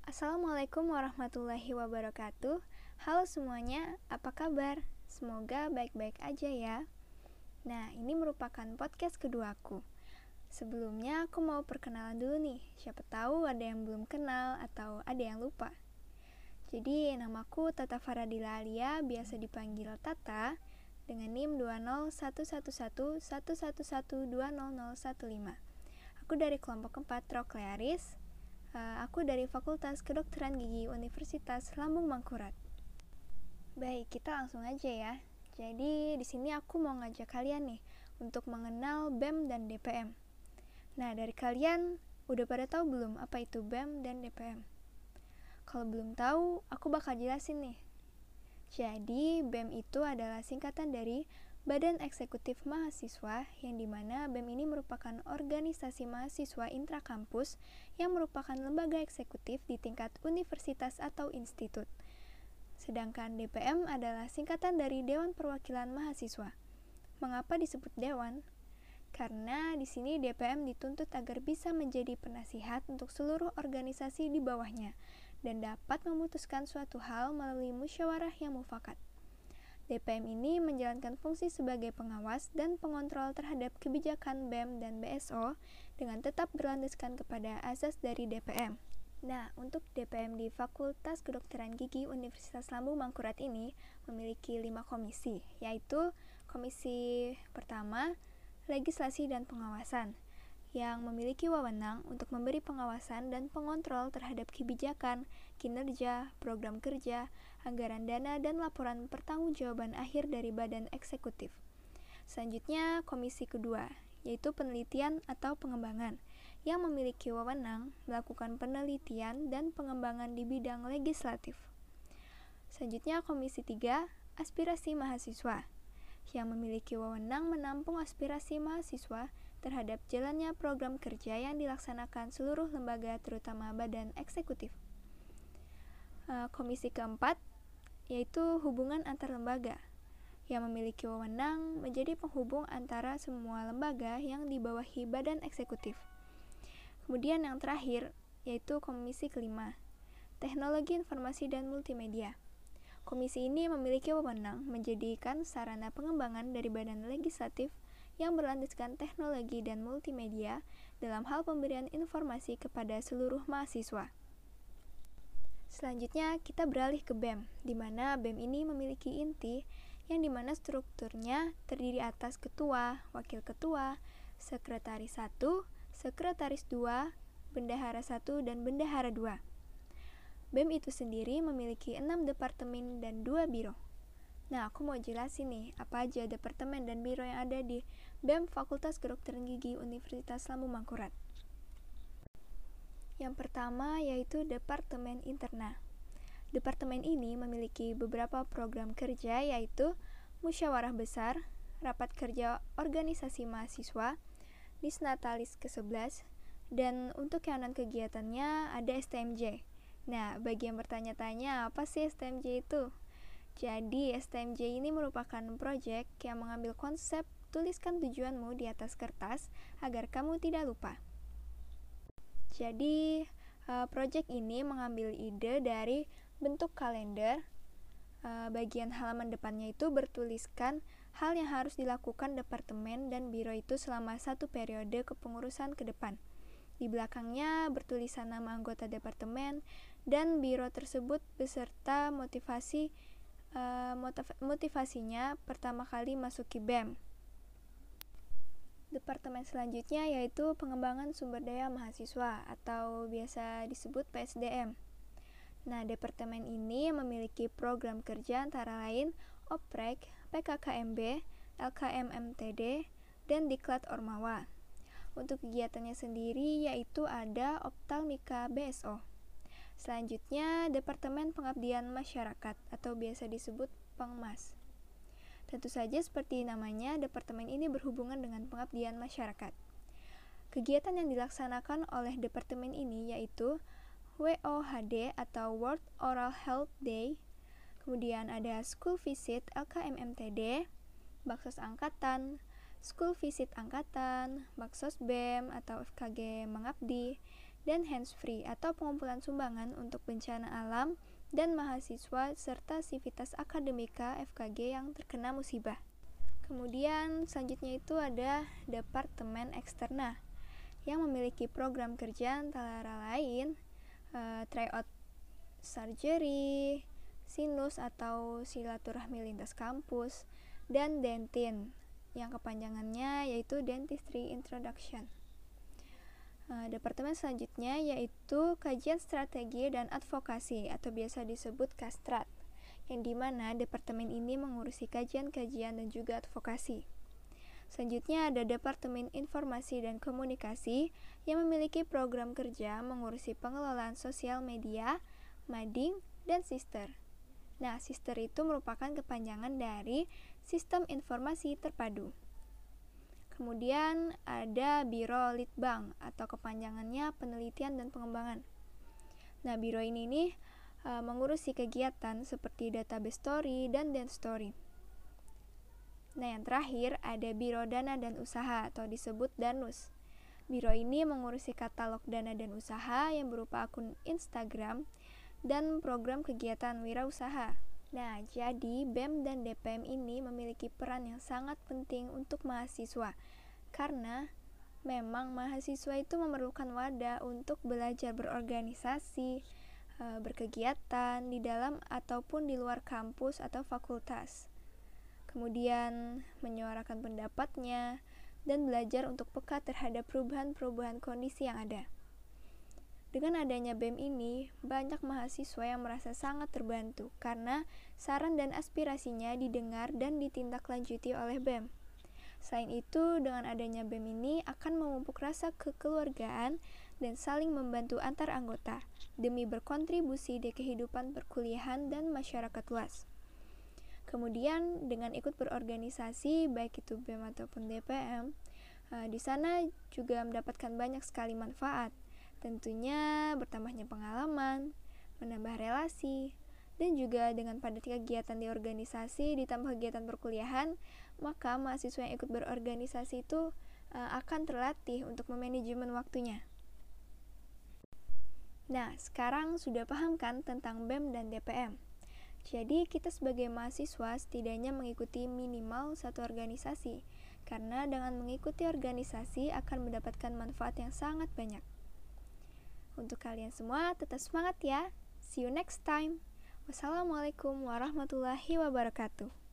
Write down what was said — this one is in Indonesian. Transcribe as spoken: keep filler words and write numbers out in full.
Assalamualaikum warahmatullahi wabarakatuh. Halo semuanya, apa kabar? Semoga baik-baik aja ya. Nah, ini merupakan podcast keduaku. Sebelumnya aku mau perkenalan dulu nih. Siapa tahu ada yang belum kenal atau ada yang lupa. Jadi, namaku Tata Faradila Alia, biasa dipanggil Tata, dengan NIM dua nol satu satu satu satu satu satu dua nol nol satu lima. Aku dari kelompok keempat Troklearis. Uh, aku dari Fakultas Kedokteran Gigi Universitas Lambung Mangkurat. Baik, kita langsung aja ya. Jadi di sini aku mau ngajak kalian nih untuk mengenal B E M dan D P M. Nah, dari kalian udah pada tahu belum apa itu B E M dan D P M? Kalau belum tahu, aku bakal jelasin nih. Jadi B E M itu adalah singkatan dari Badan Eksekutif Mahasiswa, yang dimana B E M ini merupakan organisasi mahasiswa intrakampus yang merupakan lembaga eksekutif di tingkat universitas atau institut. Sedangkan D P M adalah singkatan dari Dewan Perwakilan Mahasiswa. Mengapa disebut Dewan? Karena di sini D P M dituntut agar bisa menjadi penasihat untuk seluruh organisasi di bawahnya dan dapat memutuskan suatu hal melalui musyawarah yang mufakat. D P M ini menjalankan fungsi sebagai pengawas dan pengontrol terhadap kebijakan B E M dan B S O dengan tetap berlandaskan kepada asas dari D P M. Nah, untuk D P M di Fakultas Kedokteran Gigi Universitas Lambung Mangkurat ini memiliki lima komisi, yaitu komisi pertama, legislasi dan pengawasan, yang memiliki wewenang untuk memberi pengawasan dan pengontrol terhadap kebijakan, kinerja, program kerja, anggaran dana, dan laporan pertanggungjawaban akhir dari badan eksekutif. Selanjutnya, komisi kedua, yaitu penelitian atau pengembangan, yang memiliki wewenang melakukan penelitian dan pengembangan di bidang legislatif. Selanjutnya, komisi tiga, aspirasi mahasiswa, yang memiliki wewenang menampung aspirasi mahasiswa terhadap jalannya program kerja yang dilaksanakan seluruh lembaga terutama badan eksekutif. Komisi keempat, yaitu hubungan antar lembaga, yang memiliki wewenang menjadi penghubung antara semua lembaga yang dibawahi badan eksekutif. Kemudian yang terakhir, yaitu komisi kelima, teknologi informasi dan multimedia. Komisi ini memiliki wewenang menjadikan sarana pengembangan dari badan legislatif yang berlandaskan teknologi dan multimedia dalam hal pemberian informasi kepada seluruh mahasiswa. Selanjutnya, kita beralih ke B E M, di mana B E M ini memiliki inti yang dimana strukturnya terdiri atas ketua, wakil ketua, sekretaris satu, sekretaris dua, bendahara satu, dan bendahara dua. B E M itu sendiri memiliki enam departemen dan dua biro. Nah, aku mau jelasin nih, apa aja departemen dan biro yang ada di B E M Fakultas Kedokteran Gigi Universitas Lambung Mangkurat. Yang pertama yaitu Departemen Interna. Departemen ini memiliki beberapa program kerja, yaitu musyawarah besar, rapat kerja organisasi mahasiswa, Disnatalis ke sebelas, dan untuk yang non-kegiatannya ada S T M J. Nah, bagi yang bertanya-tanya, apa sih S T M J itu? Jadi, S T M J ini merupakan proyek yang mengambil konsep tuliskan tujuanmu di atas kertas agar kamu tidak lupa. Jadi, uh, proyek ini mengambil ide dari bentuk kalender. Uh, bagian halaman depannya itu bertuliskan hal yang harus dilakukan departemen dan biro itu selama satu periode kepengurusan ke depan. Di belakangnya bertulisan nama anggota departemen dan biro tersebut beserta motivasi Uh, motivasinya pertama kali masuki B E M. Departemen selanjutnya yaitu pengembangan sumber daya mahasiswa atau biasa disebut P S D M. Nah, departemen ini memiliki program kerja antara lain Oprek, P K K M B, L K M M T D, dan Diklat Ormawa. Untuk kegiatannya sendiri yaitu ada Optalmika B S O. Selanjutnya, Departemen Pengabdian Masyarakat atau biasa disebut Pengmas. Tentu saja seperti namanya, departemen ini berhubungan dengan pengabdian masyarakat. Kegiatan yang dilaksanakan oleh departemen ini yaitu W O H D atau World Oral Health Day, kemudian ada School Visit L K M M T D, Baksos Angkatan, School Visit Angkatan, Baksos B E M atau F K G Mengabdi, dan hands-free atau pengumpulan sumbangan untuk bencana alam dan mahasiswa serta sivitas akademika F K G yang terkena musibah. Kemudian selanjutnya itu ada Departemen Eksterna yang memiliki program kerja antara lain uh, tryout surgery, sinus atau silaturahmi lintas kampus, dan dentin yang kepanjangannya yaitu Dentistry Introduction. Uh, departemen selanjutnya yaitu Kajian Strategi dan Advokasi atau biasa disebut Kastrat, yang dimana departemen ini mengurusi kajian-kajian dan juga advokasi. Selanjutnya ada Departemen Informasi dan Komunikasi yang memiliki program kerja mengurusi pengelolaan sosial media, mading, dan sister. Nah, sister itu merupakan kepanjangan dari Sistem Informasi Terpadu. Kemudian ada Biro Litbang atau kepanjangannya Penelitian dan Pengembangan. Nah, biro ini nih e, mengurusi kegiatan seperti database story dan dance story. Nah, yang terakhir ada Biro Dana dan Usaha atau disebut Danus. Biro ini mengurusi katalog dana dan usaha yang berupa akun Instagram dan program kegiatan wirausaha. Nah, jadi B E M dan D P M ini memiliki peran yang sangat penting untuk mahasiswa, karena memang mahasiswa itu memerlukan wadah untuk belajar berorganisasi, berkegiatan di dalam ataupun di luar kampus atau fakultas. Kemudian menyuarakan pendapatnya dan belajar untuk peka terhadap perubahan-perubahan kondisi yang ada. Dengan adanya B E M ini, banyak mahasiswa yang merasa sangat terbantu karena saran dan aspirasinya didengar dan ditindaklanjuti oleh B E M. Selain itu, dengan adanya B E M ini akan memupuk rasa kekeluargaan dan saling membantu antar anggota demi berkontribusi di kehidupan perkuliahan dan masyarakat luas. Kemudian, dengan ikut berorganisasi, baik itu B E M ataupun D P M, di sana juga mendapatkan banyak sekali manfaat. Tentunya bertambahnya pengalaman, menambah relasi, dan juga dengan padatnya kegiatan di organisasi ditambah kegiatan perkuliahan, maka mahasiswa yang ikut berorganisasi itu uh, akan terlatih untuk memanajemen waktunya. Nah, sekarang sudah paham kan tentang B E M dan D P M? Jadi kita sebagai mahasiswa setidaknya mengikuti minimal satu organisasi, karena dengan mengikuti organisasi akan mendapatkan manfaat yang sangat banyak. Untuk kalian semua, tetap semangat ya. See you next time. Wassalamualaikum warahmatullahi wabarakatuh.